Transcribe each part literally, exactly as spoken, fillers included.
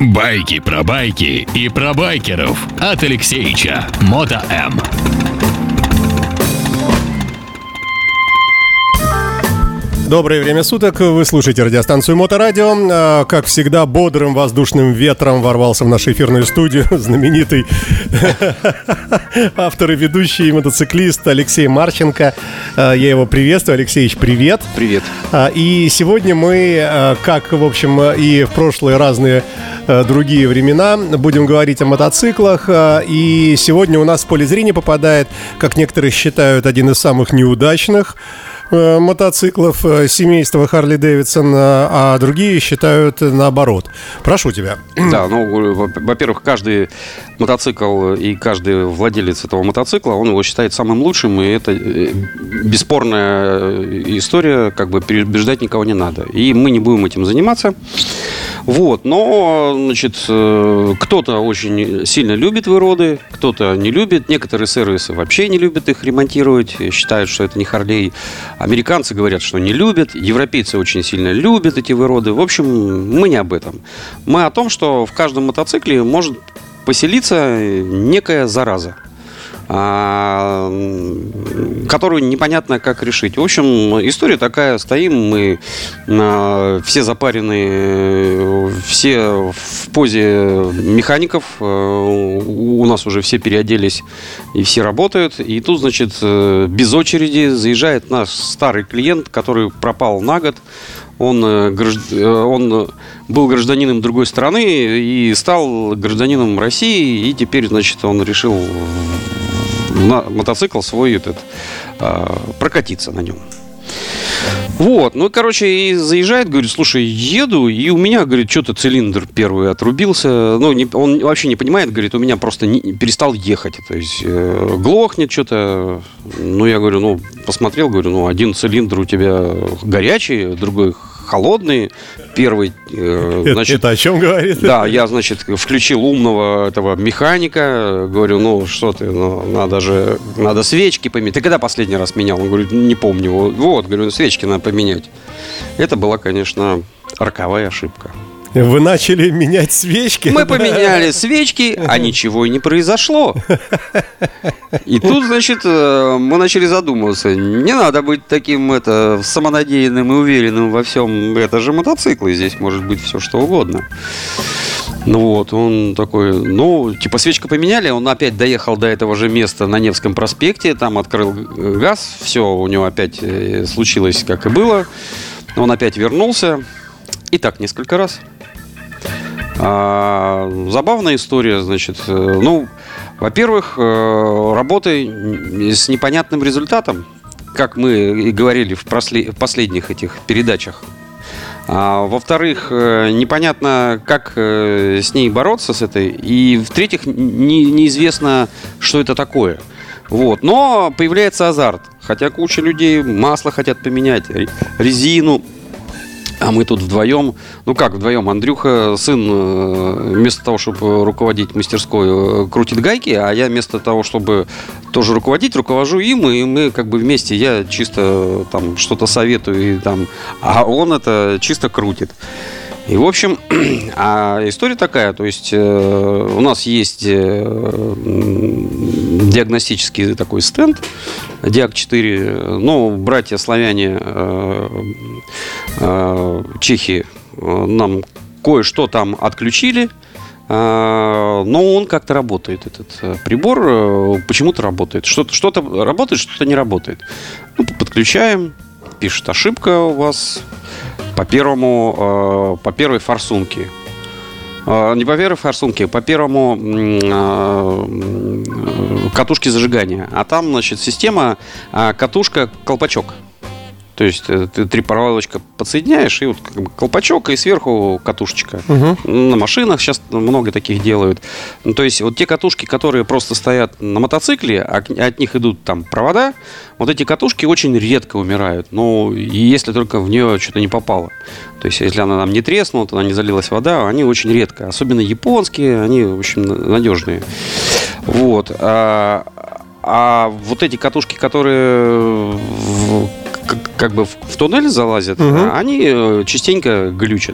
Байки про байки и про байкеров от Алексеича. Мото М. Доброе время суток, вы слушаете радиостанцию Моторадио. Как всегда, бодрым воздушным ветром ворвался в нашу эфирную студию знаменитый автор и ведущий мотоциклист Алексей Марченко. Я его приветствую. Алексеич, привет. Привет. И сегодня мы, как, в общем, и в прошлые разные другие времена, будем говорить о мотоциклах. И сегодня у нас в поле зрения попадает, как некоторые считают, один из самых неудачных мотоциклов семейства Харли Дэвидсон, а другие считают наоборот. Прошу тебя. Да, ну, во-первых, каждый мотоцикл и каждый владелец этого мотоцикла, он его считает самым лучшим, и это бесспорная история, как бы переубеждать никого не надо. И мы не будем этим заниматься. Вот, но, значит, кто-то очень сильно любит выроды, кто-то не любит. Некоторые сервисы вообще не любят их ремонтировать, считают, что это не Харлей. Американцы говорят, что не любят. Европейцы очень сильно любят эти выроды. В общем, мы не об этом. Мы о том, что в каждом мотоцикле может поселиться некая зараза, которую непонятно как решить. В общем, история такая. Стоим мы все запаренные, все в позе механиков. У нас уже все переоделись и все работают. И тут, значит, без очереди заезжает наш старый клиент, который пропал на год. Он, он был гражданином другой страны и стал гражданином России. И теперь, значит, он решил на мотоцикл свой этот, прокатиться на нем. Вот, ну, короче, и заезжает, говорит, слушай, еду, и у меня, говорит, что-то цилиндр первый отрубился. Ну, не, он вообще не понимает, говорит, у меня просто не, перестал ехать. То есть, э, глохнет что-то. Ну, я говорю, ну, посмотрел, говорю, ну, один цилиндр у тебя горячий, другой холодный. Первый, э, значит... Это о чем говорит? Да, я, значит, включил умного этого механика. Говорю, ну, что ты, ну, надо же, надо свечки поменять. Ты когда последний раз менял? Он говорит, не помню. Вот, говорю, свечки надо поменять. Это была, конечно, роковая ошибка. Вы начали менять свечки? Мы поменяли свечки, а ничего и не произошло. И тут, значит, мы начали задумываться. Не надо быть таким это, самонадеянным и уверенным во всем. Это же мотоциклы, здесь может быть все что угодно. Ну вот, он такой, ну, типа свечку поменяли, он опять доехал до этого же места на Невском проспекте, там открыл газ, все у него опять случилось, как и было. Он опять вернулся. И так несколько раз. А, забавная история, значит. Ну, во-первых, работы с непонятным результатом, как мы и говорили в, прослед... в последних этих передачах. А, во-вторых, непонятно, как с ней бороться, с этой. И в-третьих, не... неизвестно, что это такое. Вот. Но появляется азарт. Хотя куча людей масло хотят поменять, резину. А мы тут вдвоем, ну как вдвоем, Андрюха, сын, вместо того, чтобы руководить мастерской, крутит гайки, а я вместо того, чтобы тоже руководить, руковожу им, и мы как бы вместе, я чисто там что-то советую, и, там, а он это чисто крутит. И, в общем, а история такая, то есть э, у нас есть э, диагностический такой стенд, Диаг четыре, ну, братья-славяне, э, э, чехи э, нам кое-что там отключили, э, но он как-то работает, этот э, прибор, э, почему-то работает. Что-то, что-то работает, что-то не работает. Ну, подключаем, пишет, ошибка у вас по первому, э, по первой форсунке. Э, не по первой форсунке, по первому э, катушке зажигания. А там, значит, система э, катушка-колпачок. То есть ты три проволочка подсоединяешь, и вот как бы колпачок, и сверху катушечка. Угу. На машинах сейчас много таких делают. Ну, то есть вот те катушки, которые просто стоят на мотоцикле, а от них идут там провода, вот эти катушки очень редко умирают. Ну, и если только в нее что-то не попало. То есть если она нам не треснула, то она не залилась вода, они очень редко. Особенно японские, они, в общем, надежные. Вот. А, а вот эти катушки, которые... Как, как бы в, в туннель залазят, угу. Они частенько глючат.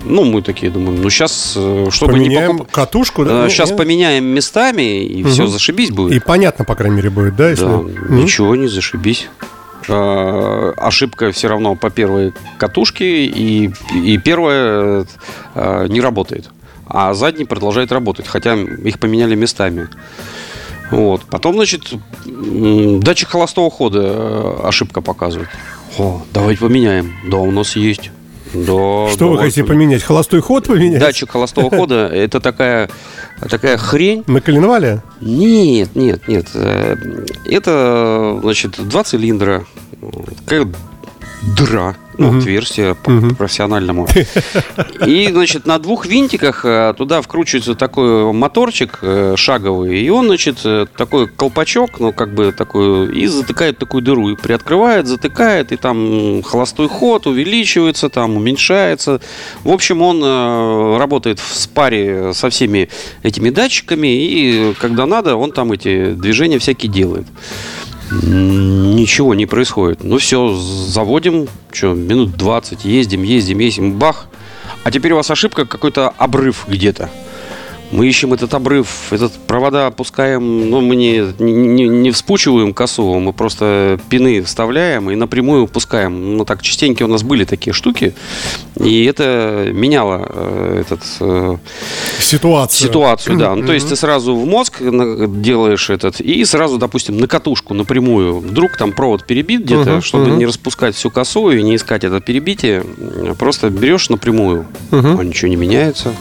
Ну, мы такие думаем, ну, сейчас, чтобы поменяем не покупать... катушку, да? Сейчас ну, поменяем местами, и угу. все, зашибись будет. И понятно, по крайней мере, будет, да? Если... Да, угу. ничего, не зашибись. А, ошибка все равно по первой катушке, и, и первая а, не работает. А задний продолжает работать, хотя их поменяли местами. Вот. Потом, значит, датчик холостого хода ошибка показывает. О, давайте поменяем. Да, у нас есть. Да, что вы хотите поменять? Холостой ход поменять? Датчик холостого хода – это такая, такая хрень. На коленвале? Нет, нет, нет. Это, значит, два цилиндра, такая дыра, ну, uh-huh. отверстие по uh-huh. профессиональному. И, значит, на двух винтиках туда вкручивается такой моторчик шаговый, и он, значит, такой колпачок, ну, как бы такой, и затыкает такую дыру, и приоткрывает, затыкает, и там холостой ход увеличивается, там уменьшается. В общем, он работает в спаре со всеми этими датчиками, и когда надо, он там эти движения всякие делает. Ничего не происходит. Ну все, заводим, что, минут двадцать, ездим, ездим, ездим, бах. А теперь у вас ошибка, какой-то обрыв где-то. Мы ищем этот обрыв, этот провода опускаем, но мы не, не, не вспучиваем косу, мы просто пины вставляем и напрямую пускаем. Ну так частенько у нас были такие штуки, и это меняло э, этот, э, ситуацию. Ситуацию, да. Ну, то есть ты сразу в мозг делаешь этот, и сразу, допустим, на катушку напрямую. Вдруг там провод перебит где-то, uh-huh, чтобы uh-huh. не распускать всю косу и не искать это перебитие, просто берешь напрямую, uh-huh. а ничего не меняется.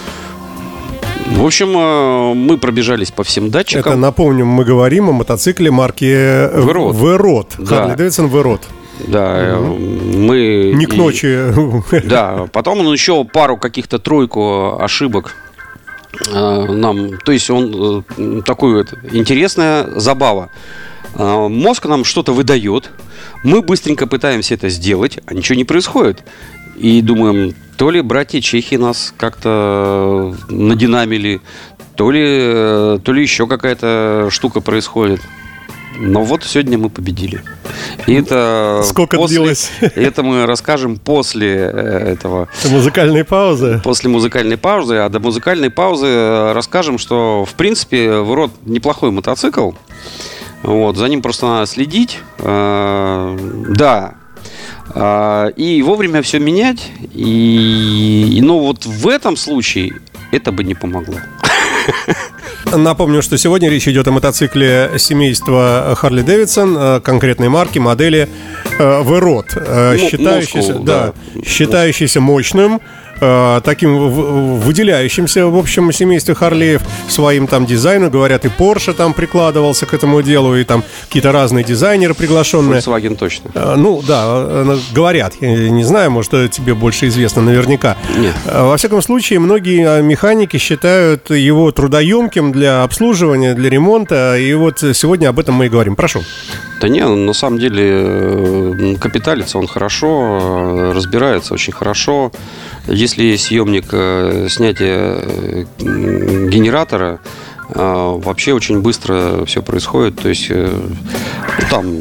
В общем, мы пробежались по всем датчикам. Это, напомним, мы говорим о мотоцикле марки V-Rod. Harley Davidson V-Rod. Да, угу. мы... Не к ночи. Да, потом он еще пару каких-то тройку ошибок нам... То есть он такой вот интересная забава. Мозг нам что-то выдает, мы быстренько пытаемся это сделать, а ничего не происходит. И думаем, то ли братья чехи нас как-то надинамили, то ли, то ли еще какая-то штука происходит. Но вот сегодня мы победили. И это сколько после, длилось? Это мы расскажем после этого. Музыкальной паузы. После музыкальной паузы. А до музыкальной паузы расскажем, что в принципе V-Rod неплохой мотоцикл. Вот, за ним просто надо следить. Да. И вовремя все менять. И, но вот в этом случае это бы не помогло. Напомню, что сегодня речь идет о мотоцикле семейства Harley Davidson, конкретной марки, модели V-Rod, считающийся, Moscow, да, да. считающийся мощным, таким выделяющимся, в общем, семействе Харлеев своим там дизайном. Говорят, и Porsche там прикладывался к этому делу, и там какие-то разные дизайнеры приглашенные. Volkswagen точно. Ну, да, говорят. Я не знаю, может, тебе больше известно наверняка. Нет. Во всяком случае, многие механики считают его трудоемким для обслуживания, для ремонта. И вот сегодня об этом мы и говорим. Прошу. Да не, на самом деле капиталится он хорошо, разбирается очень хорошо. Если есть съемник снятия генератора, вообще очень быстро все происходит. То есть там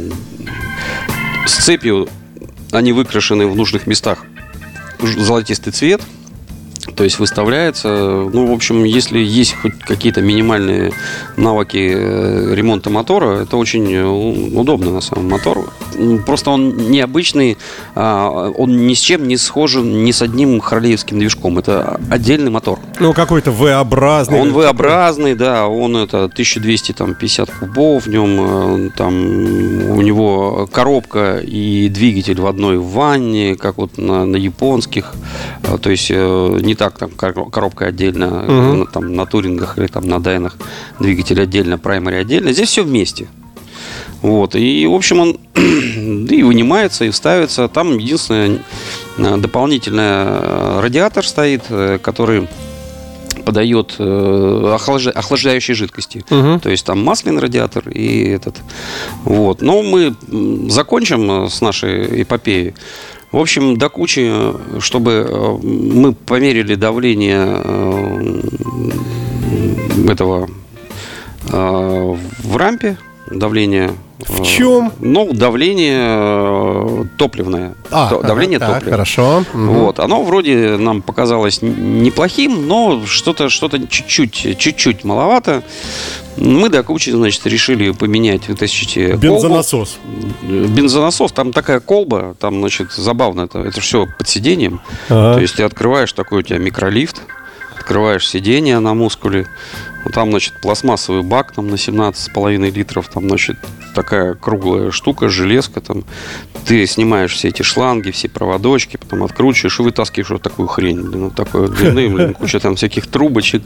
с цепью они выкрашены в нужных местах в золотистый цвет. То есть выставляется. Ну, в общем, если есть хоть какие-то минимальные навыки ремонта мотора, это очень удобно на самом мотор. Просто он необычный, он ни с чем не схожен ни с одним харлеевским движком. Это отдельный мотор. Ну, какой-то V-образный. Он V-образный, да. Он это тысяча двести пятьдесят кубов в нем. Там у него коробка и двигатель в одной ванне, как вот на, на японских. То есть не так там коробка отдельно, uh-huh. там, на турингах или там, на дайнах двигатель отдельно, праймари отдельно. Здесь все вместе. Вот. И, в общем, он и вынимается, и вставится. Там единственное, дополнительный радиатор стоит, который подает охлаждающие жидкости. Uh-huh. То есть там масляный радиатор и этот. Вот. Но мы закончим с нашей эпопеей. В общем, до кучи, чтобы мы померили давление этого в рампе, давление. В чем? Ну, давление топливное. А, То, давление так, топлива. Хорошо. Вот. Оно вроде нам показалось неплохим, но что-то, что-то чуть-чуть, чуть-чуть маловато. Мы до кучи, значит, решили поменять, вытащить бензонасос. колбу. Бензонасос. Там такая колба, там, значит, забавно, это, это все под сиденьем. Ага. То есть ты открываешь, такой у тебя микролифт, открываешь сиденье на мускуле. Вот там, значит, пластмассовый бак там, на семнадцать с половиной литров. Там, значит, такая круглая штука, железка. Там. Ты снимаешь все эти шланги, все проводочки, потом откручиваешь и вытаскиваешь вот такую хрень. Блин, вот такой длины, блин, куча там всяких трубочек.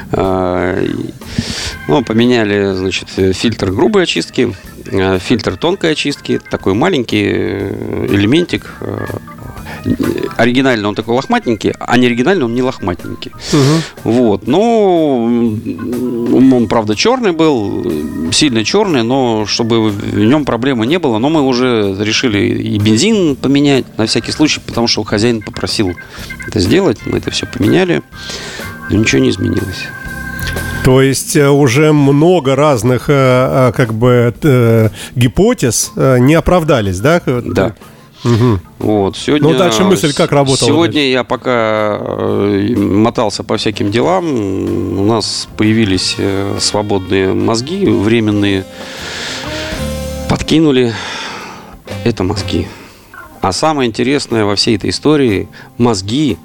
Ну, поменяли, значит, фильтр грубой очистки, фильтр тонкой очистки. Такой маленький элементик. Оригинально он такой лохматненький, а не оригинально он не лохматненький. Угу. Вот. Ну, он, правда, черный был, сильно черный, но чтобы в нем проблемы не было. Но мы уже решили и бензин поменять на всякий случай, потому что хозяин попросил это сделать. Мы это все поменяли, но ничего не изменилось. То есть уже много разных как бы гипотез не оправдались, да? Да. Угу. Вот, сегодня, ну, дальше мысль как работала? Сегодня дальше? Я пока мотался по всяким делам. У нас появились свободные мозги, временные. Подкинули. Это мозги. А самое интересное во всей этой истории: мозги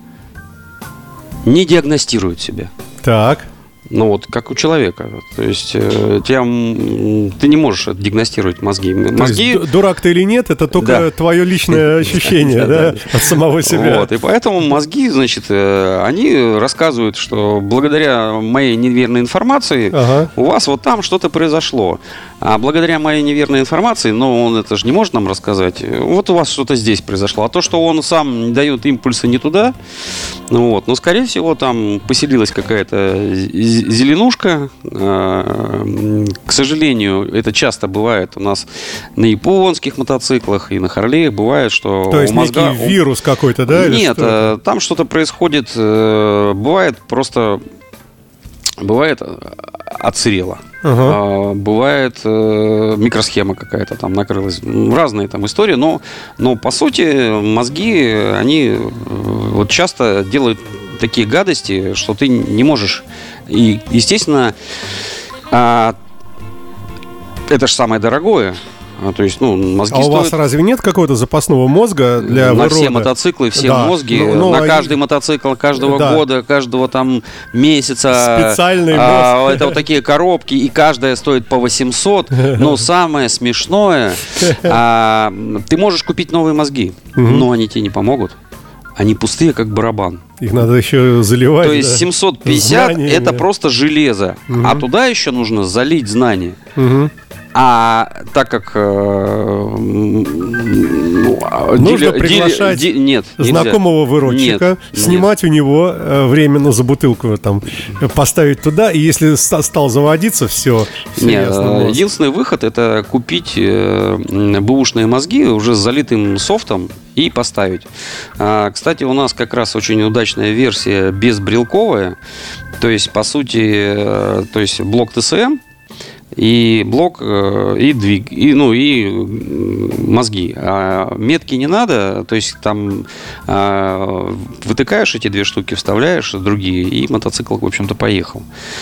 не диагностируют себя. Так. Ну вот, как у человека. То есть, э, тебя, ты не можешь диагностировать мозги. мозги... Есть, дурак ты или нет, это только да. твое личное ощущение да, от самого себя. Вот, и поэтому мозги, значит, они рассказывают, что благодаря моей неверной информации ага. у вас вот там что-то произошло. А благодаря моей неверной информации, ну, он это же не может нам рассказать, вот у вас что-то здесь произошло. А то, что он сам дает импульсы не туда, вот, но, скорее всего, там поселилась какая-то зеленушка. К сожалению, это часто бывает у нас на японских мотоциклах и на Харлеях. Бывает, что то есть у мозга... некий вирус какой-то, да? Нет, что там что-то происходит. Бывает просто... Бывает отсырело. Uh-huh. Бывает э, микросхема какая-то там накрылась. Разные там истории, но, но по сути мозги, они вот часто делают такие гадости, что ты не можешь. И, естественно, а, это же самое дорогое. А, то есть, ну, мозги а стоят... у вас разве нет какого-то запасного мозга для на вырода? все мотоциклы, все да. мозги, ну, ну, на они... каждый мотоцикл, каждого да. года, каждого там месяца. Специальный а, мозг. Это вот такие коробки, и каждая стоит по восемьсот. Но самое смешное, а, ты можешь купить новые мозги, но они тебе не помогут. Они пустые, как барабан. Их надо еще заливать. То есть да? семьсот пятьдесят знания, это да. просто железо. Угу. А туда еще нужно залить знания. Угу. А так как э, нужно дили, приглашать дили, ди, нет, знакомого выродчика, нет, снимать нет. у него э, временно за бутылку, там, поставить туда, и если стал заводиться, все. все нет, ясно, единственный выход — это купить э, бэушные мозги уже с залитым софтом и поставить. А, кстати, у нас как раз очень удачная версия безбрелковая, то есть по сути, э, то есть блок тэ эс эм. И блок, и двиг, и, ну, и мозги. А метки не надо, то есть там а, вытыкаешь эти две штуки, вставляешь другие, и мотоцикл, в общем-то, поехал.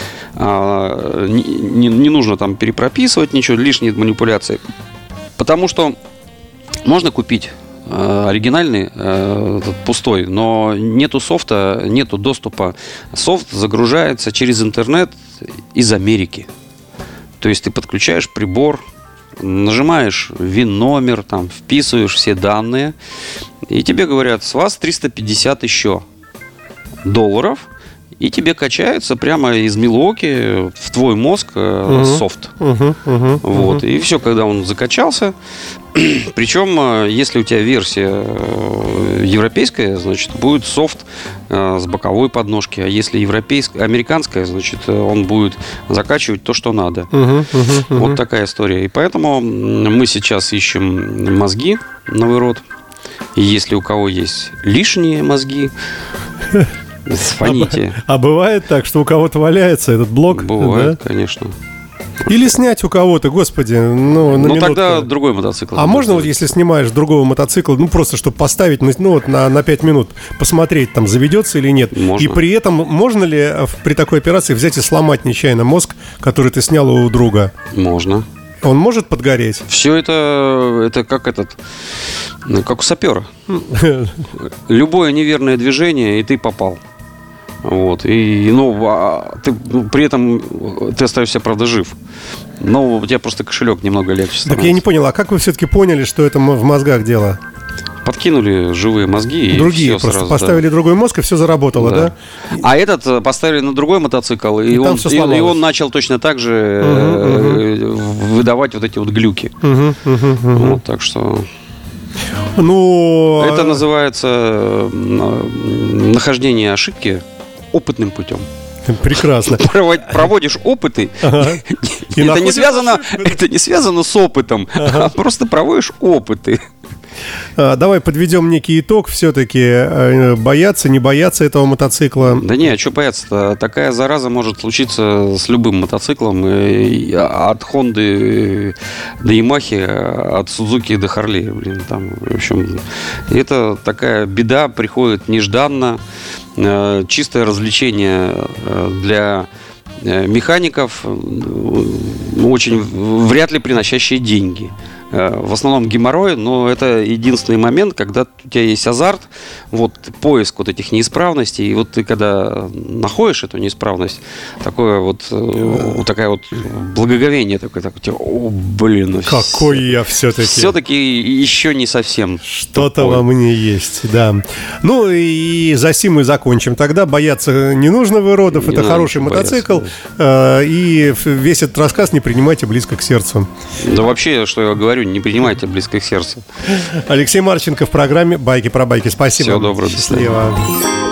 А, не, не, не нужно там перепрописывать ничего, лишние манипуляции. Потому что можно купить оригинальный, этот пустой, но нету софта, нету доступа. Софт загружается через интернет из Америки. То есть ты подключаешь прибор, нажимаешь ВИН-номер, там, вписываешь все данные, и тебе говорят, с вас триста пятьдесят еще долларов, и тебе качается прямо из Милуоки в твой мозг uh-huh. софт. Uh-huh. Uh-huh. Вот. Uh-huh. И все, когда он закачался, причем, если у тебя версия европейская, значит, будет софт с боковой подножки, а если европейская, американская, значит, он будет закачивать то, что надо. Uh-huh. Uh-huh. Uh-huh. Вот такая история. И поэтому мы сейчас ищем мозги на вырод. И если у кого есть лишние мозги, звоните. А, а бывает так, что у кого-то валяется этот блок? Бывает, да? конечно. Или снять у кого-то, господи, ну, на Ну, минутку. тогда другой мотоцикл. А можно вот, если снимаешь другого мотоцикла, ну, просто, чтобы поставить, ну, вот на, на пять минут, посмотреть, там, заведется или нет? Можно. И при этом можно ли при такой операции взять и сломать нечаянно мозг, который ты снял у друга? Можно. Он может подгореть? Все это, это как этот, как у сапера. Любое неверное движение, и ты попал. Вот. И, ну, а ты, ну, при этом ты остаешься, правда, жив. Но у тебя просто кошелек немного легче становится. Так я не понял, а как вы все-таки поняли, что это в мозгах дело? Подкинули живые мозги. Другие и все просто сразу, поставили да. другой мозг, и все заработало, да? Да. А этот поставили на другой мотоцикл, и, И там он, всё и, сломалось. и он начал точно так же Мгм, э, выдавать вот эти вот глюки. Мгм, мгм, мгм. Вот, так что Ну, это называется э, нахождение ошибки опытным путем. прекрасно. Провод- Проводишь опыты. Ага. И Это не находишь связано, ошибку, да? это не связано с опытом, а просто проводишь опыты. А, Давай подведем некий итог. Все-таки бояться, не бояться этого мотоцикла. Да не, а что бояться-то? Такая зараза может случиться с любым мотоциклом. И от Хонды до Ямахи, от Судзуки до Харли. Блин, там, в общем, это такая беда, приходит нежданно. Э, Чистое развлечение э, для э, механиков, э, очень вряд ли приносящие деньги. Э, В основном геморрой, но это единственный момент, когда у тебя есть азарт, вот поиск вот этих неисправностей, и вот ты когда находишь эту неисправность, такое вот, э, вот такая вот благоговение такое, так, у тебя, о, блин, ну Какой я все-таки. все-таки еще не совсем Что-то тупой. во мне есть, да. Ну и за сим мы закончим. Тогда бояться не нужно, вы, Родов. Не Это надо хороший ничего мотоцикл. бояться, Э, И весь этот рассказ не принимайте близко к сердцу. Да вообще, что я говорю, не принимайте близко к сердцу. Алексей Марченко в программе «Байки про байки». Спасибо. Всего доброго, до свидания. Счастливо.